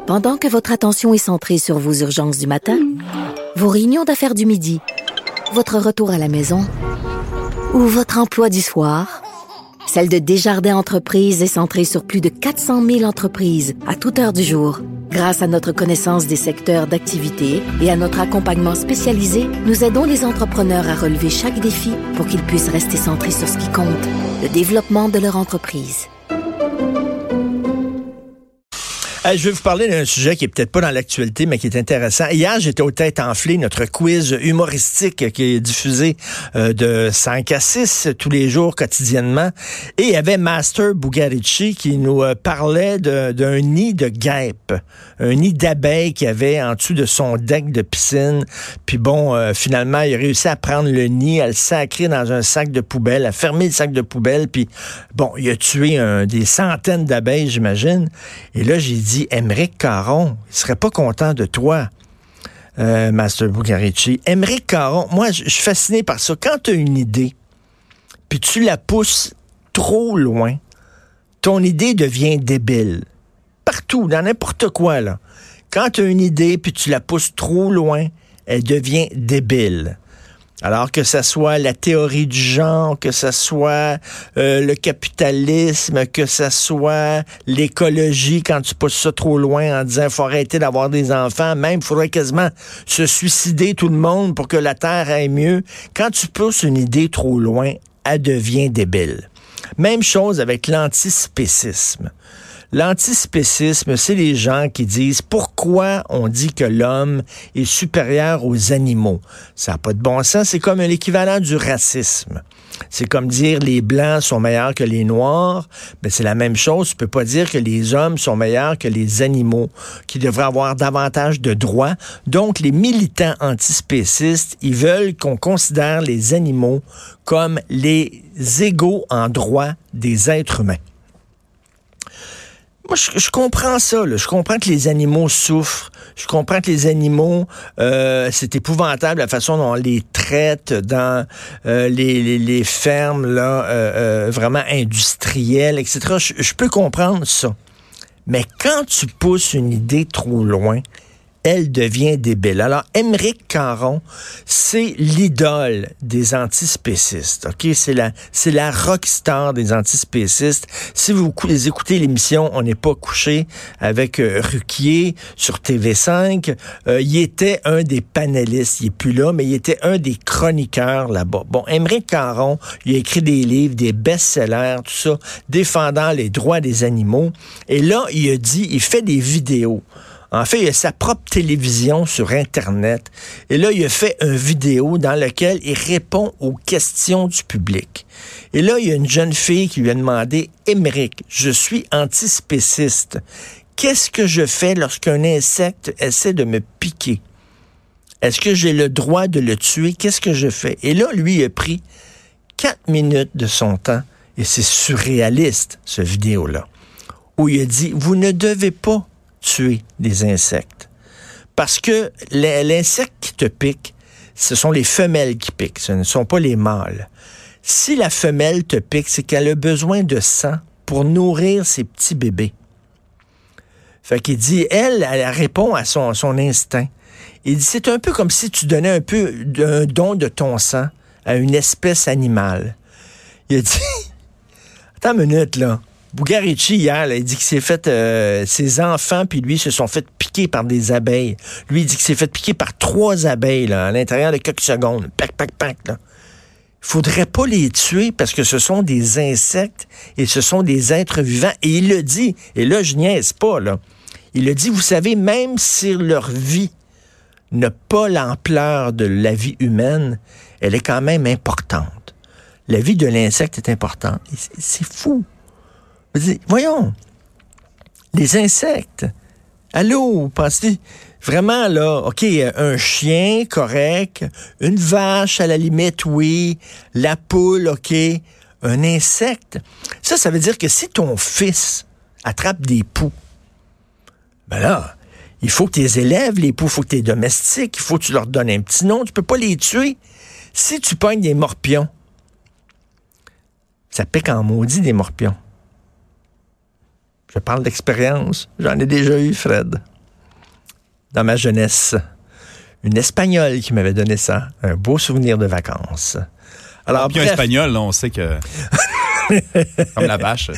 Pendant que votre attention est centrée sur vos urgences du matin, vos réunions d'affaires du midi, votre retour à la maison ou votre emploi du soir, celle de Desjardins Entreprises est centrée sur plus de 400 000 entreprises à toute heure du jour. Grâce à notre connaissance des secteurs d'activité et à notre accompagnement spécialisé, nous aidons les entrepreneurs à relever chaque défi pour qu'ils puissent rester centrés sur ce qui compte, le développement de leur entreprise. Je vais vous parler d'un sujet qui est peut-être pas dans l'actualité, mais qui est intéressant. Hier, j'étais aux Têtes enflées, notre quiz humoristique qui est diffusé de 5 à 6 tous les jours, quotidiennement. Et il y avait Master Bugarici qui nous parlait d'un nid de guêpes, un nid d'abeilles qu'il y avait en dessous de son deck de piscine. Puis bon, finalement, il a réussi à prendre le nid, à le sacrer dans un sac de poubelle, à fermer le sac de poubelle. Puis bon, il a tué des centaines d'abeilles, j'imagine. Et là, j'ai dit, Émeric Caron, il serait pas content de toi, Master Bugarici. Émeric Caron, moi, je suis fasciné par ça. Quand tu as une idée, puis tu la pousses trop loin, ton idée devient débile. Partout, dans n'importe quoi, là. Quand tu as une idée, puis tu la pousses trop loin, elle devient débile. Alors que ça soit la théorie du genre, que ça soit le capitalisme, que ça soit l'écologie, quand tu pousses ça trop loin en disant il faut arrêter d'avoir des enfants, même il faudrait quasiment se suicider tout le monde pour que la Terre aille mieux. Quand tu pousses une idée trop loin, elle devient débile. Même chose avec l'antispécisme. L'antispécisme, c'est les gens qui disent pourquoi on dit que l'homme est supérieur aux animaux. Ça n'a pas de bon sens, c'est comme l'équivalent du racisme. C'est comme dire les Blancs sont meilleurs que les Noirs, mais c'est la même chose. Tu peux pas dire que les hommes sont meilleurs que les animaux, qui devraient avoir davantage de droits. Donc, les militants antispécistes, ils veulent qu'on considère les animaux comme les égaux en droit des êtres humains. Moi, je comprends ça, là. Je comprends que les animaux souffrent. Je comprends que les animaux, c'est épouvantable la façon dont on les traite dans les fermes, là, vraiment industrielles, etc. Je peux comprendre ça. Mais quand tu pousses une idée trop loin, elle devient débile. Alors, Émeric Caron, c'est l'idole des antispécistes. OK? C'est la rockstar des antispécistes. Si vous écoutez l'émission On n'est pas couché avec Ruquier sur TV5, il était un des panélistes. Il n'est plus là, mais il était un des chroniqueurs là-bas. Bon, Émeric Caron, il a écrit des livres, des best-sellers, tout ça, défendant les droits des animaux. Et là, il fait des vidéos. En fait, il a sa propre télévision sur Internet. Et là, il a fait une vidéo dans laquelle il répond aux questions du public. Et là, il y a une jeune fille qui lui a demandé, « Émeric, je suis antispéciste. Qu'est-ce que je fais lorsqu'un insecte essaie de me piquer? Est-ce que j'ai le droit de le tuer? Qu'est-ce que je fais? » Et là, lui, il a pris 4 minutes de son temps, et c'est surréaliste, ce vidéo-là, où il a dit, « Vous ne devez pas tuer des insectes. Parce que l'insecte qui te pique, ce sont les femelles qui piquent, ce ne sont pas les mâles. Si la femelle te pique, c'est qu'elle a besoin de sang pour nourrir ses petits bébés. » Fait qu'il dit, elle répond à son instinct. Il dit, c'est un peu comme si tu donnais un peu d'un don de ton sang à une espèce animale. Il a dit, attends une minute, là. Bugarici, hier, là, il dit qu'il s'est fait... ses enfants puis lui se sont fait piquer par des abeilles. Lui, il dit qu'il s'est fait piquer par 3 abeilles là, à l'intérieur de quelques secondes. Pac, pac, pac. Là. Il faudrait pas les tuer parce que ce sont des insectes et ce sont des êtres vivants. Et il le dit, et là, je niaise pas, là. Il le dit, vous savez, même si leur vie n'a pas l'ampleur de la vie humaine, elle est quand même importante. La vie de l'insecte est importante. Et c'est fou. Voyons, les insectes, allô, pensez vraiment là, OK, un chien, correct, une vache, à la limite, oui, la poule, OK, un insecte. Ça veut dire que si ton fils attrape des poux, ben là, il faut que tu les élèves, les poux, il faut que tu les domestiques, il faut que tu leur donnes un petit nom, tu peux pas les tuer. Si tu pognes des morpions, ça pique en maudit des morpions. Je parle d'expérience. J'en ai déjà eu, Fred. dans ma jeunesse. Une Espagnole qui m'avait donné ça. Un beau souvenir de vacances. Alors, puis un Espagnol, là, on sait que... Comme la vache.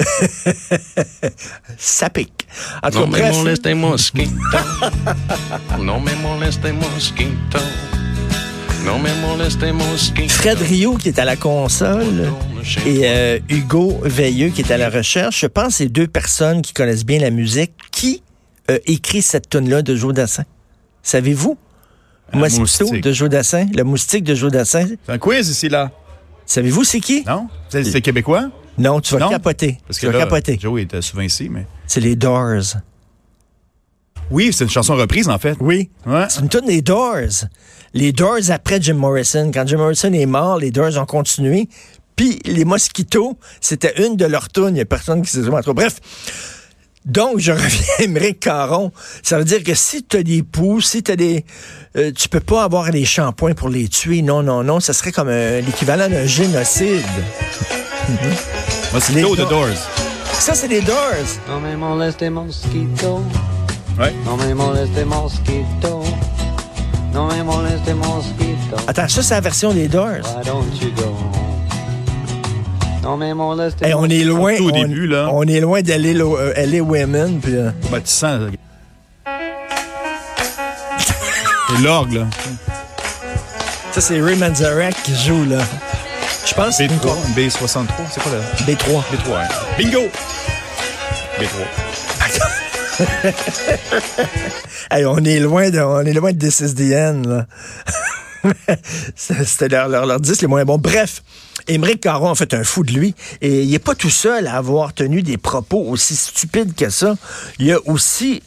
Ça pique. En tout No cas, me bref. moleste mosquito. No me moleste mosquito. No me moleste mosquito. Fred Rio qui est à la console et Hugo Veilleux qui est à la recherche. Je pense que c'est deux personnes qui connaissent bien la musique. Qui écrit cette tune-là de Joe Dassin? Savez-vous? Mosquito Moustique. de Joe Dassin. Le moustique de Joe Dassin. C'est un quiz ici, là. Savez-vous c'est qui? Non? C'est québécois? Non, tu vas Non? capoter. Parce Tu que vas là, capoter. Joe était souvent ici, mais... C'est les Doors. Oui, c'est une chanson reprise, en fait. Oui. Ouais. C'est une tune des Doors. Les Doors après Jim Morrison. Quand Jim Morrison est mort, les Doors ont continué. Puis les Mosquitos, c'était une de leurs tunes. Il n'y a personne qui s'est joué entre eux. Bref. Donc, je reviens à Émeric Caron. Ça veut dire que si tu as des poux, si tu as des... tu peux pas avoir des shampoings pour les tuer. Non, non, non. Ça serait comme l'équivalent d'un génocide. Mosquito Les de Doors. Ça, c'est les Doors. No me moleste mosquito. Ouais. No me moleste mosquito. No me moleste mosquito. Attends, ça, c'est la version des Doors. Why don't you go home? No me moleste Hey, on est loin. Au début, là. On est loin d'aller LA Women. Puis, Ben, tu sens... C'est l'orgue, là. ça, c'est Ray Manzarek qui joue, là. Je pense que c'est une B3, B63, c'est quoi, là? B3. B3, hein. Bingo! B3. Hey, on est loin de This is the End, là. C'était leur disque les moins bons. Bref, Émeric Caron a fait un fou de lui. Et il n'est pas tout seul à avoir tenu des propos aussi stupides que ça. Il y a aussi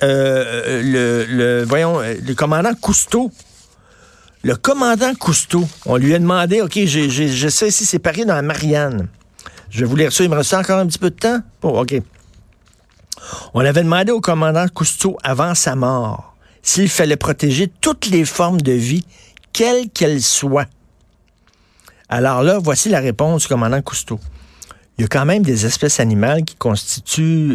le commandant Cousteau. Le commandant Cousteau, on lui a demandé, OK, j'ai ça ici séparé dans la Marianne. Je vais vous lire ça. Il me reste encore un petit peu de temps? Oh, OK. On avait demandé au commandant Cousteau, avant sa mort, s'il fallait protéger toutes les formes de vie, quelles qu'elles soient. Alors là, voici la réponse du commandant Cousteau. Il y a quand même des espèces animales qui constituent...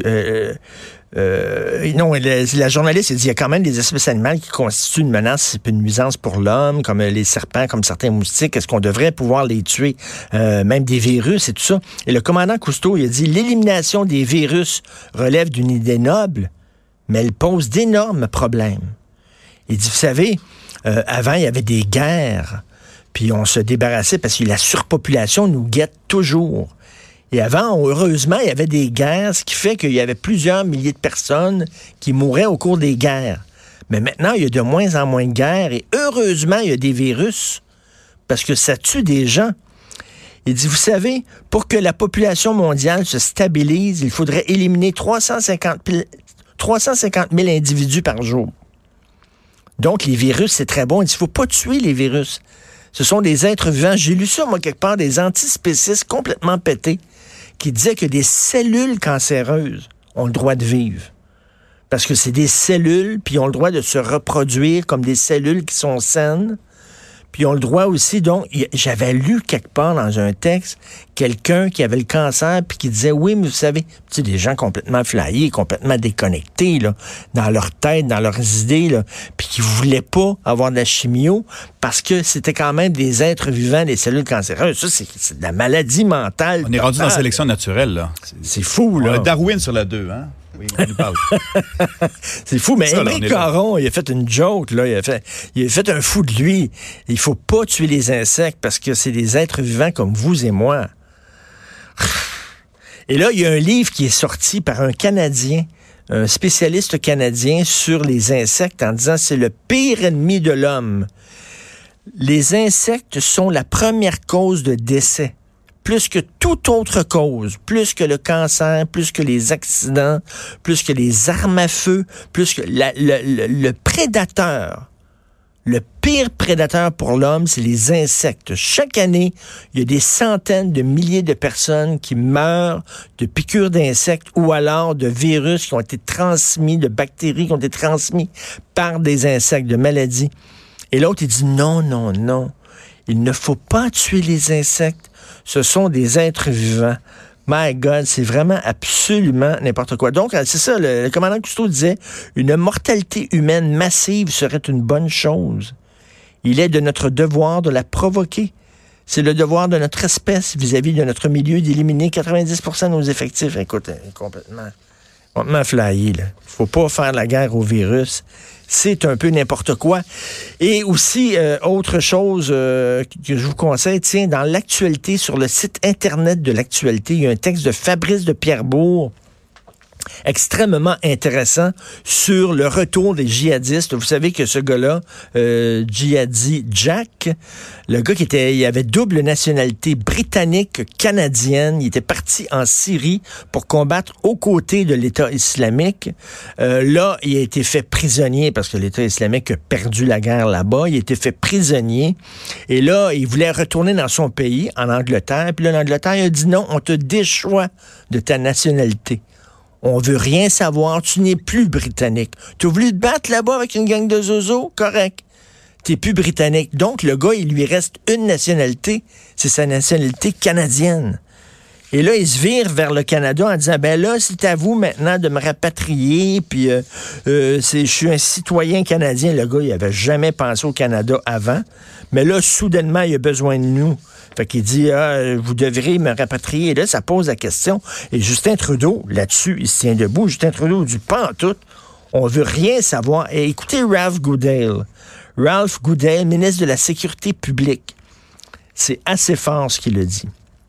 non, la journaliste a dit il y a quand même des espèces animales qui constituent une menace, une nuisance pour l'homme, comme les serpents, comme certains moustiques. Est-ce qu'on devrait pouvoir les tuer? Même des virus et tout ça. Et le commandant Cousteau, il a dit l'élimination des virus relève d'une idée noble, mais elle pose d'énormes problèmes. Il dit, vous savez, avant, il y avait des guerres, puis on se débarrassait parce que la surpopulation nous guette toujours. Et avant, heureusement, il y avait des guerres, ce qui fait qu'il y avait plusieurs milliers de personnes qui mouraient au cours des guerres. Mais maintenant, il y a de moins en moins de guerres et heureusement, il y a des virus parce que ça tue des gens. Il dit, vous savez, pour que la population mondiale se stabilise, il faudrait éliminer 350 000 individus par jour. Donc, les virus, c'est très bon. Il dit, il ne faut pas tuer les virus. Ce sont des êtres vivants. J'ai lu ça, moi, quelque part, des antispécistes complètement pétés qui disaient que des cellules cancéreuses ont le droit de vivre. Parce que c'est des cellules, puis ils ont le droit de se reproduire comme des cellules qui sont saines. Puis ils ont le droit aussi, donc, j'avais lu quelque part dans un texte, quelqu'un qui avait le cancer, puis qui disait, oui, mais vous savez, tu sais, des gens complètement flyés, complètement déconnectés, là, dans leur tête, dans leurs idées, là, puis qui voulaient pas avoir de la chimio, parce que c'était quand même des êtres vivants, des cellules cancéreuses. Ça, c'est de la maladie mentale. On est rendu dans la sélection naturelle, là. C'est fou, On là. a Darwin sur la 2, hein? Oui, on nous parle. C'est fou, mais Ça, là, Émeric on est là. Caron, il a fait une joke, là. Il a fait un fou de lui. Il faut pas tuer les insectes parce que c'est des êtres vivants comme vous et moi. Et là, il y a un livre qui est sorti par un Canadien, un spécialiste canadien sur les insectes en disant c'est le pire ennemi de l'homme. Les insectes sont la première cause de décès. Plus que toute autre cause, plus que le cancer, plus que les accidents, plus que les armes à feu, plus que le prédateur, le pire prédateur pour l'homme, c'est les insectes. Chaque année, il y a des centaines de milliers de personnes qui meurent de piqûres d'insectes ou alors de virus qui ont été transmis, de bactéries qui ont été transmis par des insectes, de maladies. Et l'autre, il dit non, non, non. Il ne faut pas tuer les insectes. Ce sont des êtres vivants My God, c'est vraiment absolument n'importe quoi. Donc, c'est ça, le commandant Cousteau disait, une mortalité humaine massive serait une bonne chose. Il est de notre devoir de la provoquer. C'est le devoir de notre espèce vis-à-vis de notre milieu d'éliminer 90% de nos effectifs. Écoute, complètement flyé, là. Faut pas faire la guerre au virus. C'est un peu n'importe quoi. Et aussi, autre chose que je vous conseille, tiens, dans l'actualité, sur le site Internet de l'actualité, il y a un texte de Fabrice de Pierrebourg extrêmement intéressant sur le retour des djihadistes. Vous savez que ce gars-là, Djihadi Jack, le gars il avait double nationalité britannique, canadienne, il était parti en Syrie pour combattre aux côtés de l'État islamique. Là, il a été fait prisonnier parce que l'État islamique a perdu la guerre là-bas. Il a été fait prisonnier. Et là, il voulait retourner dans son pays, en Angleterre. Puis là, l'Angleterre, il a dit non, on te déchoit de ta nationalité. On veut rien savoir, tu n'es plus britannique. Tu as voulu te battre là-bas avec une gang de zozos? Correct. T'es plus britannique. Donc, le gars, il lui reste une nationalité, c'est sa nationalité canadienne. Et là, il se vire vers le Canada en disant, ben là, c'est à vous maintenant de me rapatrier, puis je suis un citoyen canadien. Le gars, il avait jamais pensé au Canada avant, mais là, soudainement, il a besoin de nous. Fait qu'il dit, vous devrez me rapatrier. Et là, ça pose la question. Et Justin Trudeau, là-dessus, il se tient debout. Justin Trudeau dit, pas en tout. On veut rien savoir. Et écoutez Ralph Goodale. Ralph Goodale, ministre de la Sécurité publique. C'est assez fort ce qu'il a dit.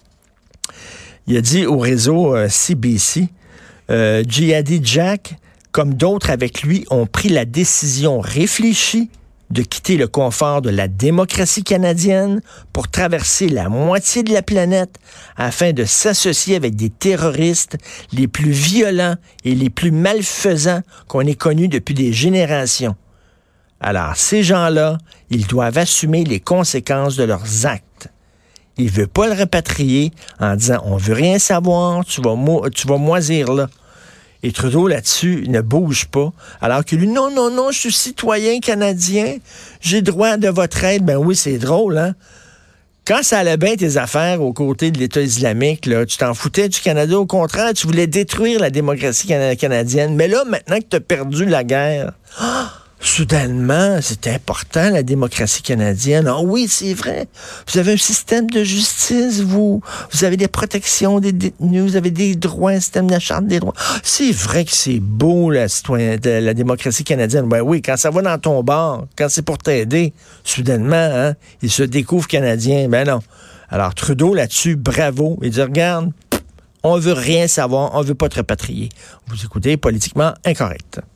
Il a dit au réseau CBC, Djihadi Jack, comme d'autres avec lui, ont pris la décision réfléchie de quitter le confort de la démocratie canadienne pour traverser la moitié de la planète afin de s'associer avec des terroristes les plus violents et les plus malfaisants qu'on ait connus depuis des générations. Alors, ces gens-là, ils doivent assumer les conséquences de leurs actes. Il veut pas le rapatrier en disant « on veut rien savoir, tu vas moisir là ». Et Trudeau, là-dessus, ne bouge pas. Alors que lui, non, je suis citoyen canadien, j'ai droit de votre aide. Ben oui, c'est drôle, hein? Quand ça allait bien tes affaires aux côtés de l'État islamique, là, tu t'en foutais du Canada. Au contraire, tu voulais détruire la démocratie canadienne. Mais là, maintenant que tu as perdu la guerre, soudainement, c'est important, la démocratie canadienne. Ah oui, c'est vrai. Vous avez un système de justice, vous avez des protections des détenus, vous avez des droits, un système de la Charte des droits. C'est vrai que c'est beau, la démocratie canadienne. Ben oui, quand ça va dans ton bar, quand c'est pour t'aider, soudainement, hein, il se découvre canadien. Ben non. Alors, Trudeau, là-dessus, bravo. Il dit, regarde, on veut rien savoir, on veut pas te rapatrier. Vous écoutez Politiquement Incorrect.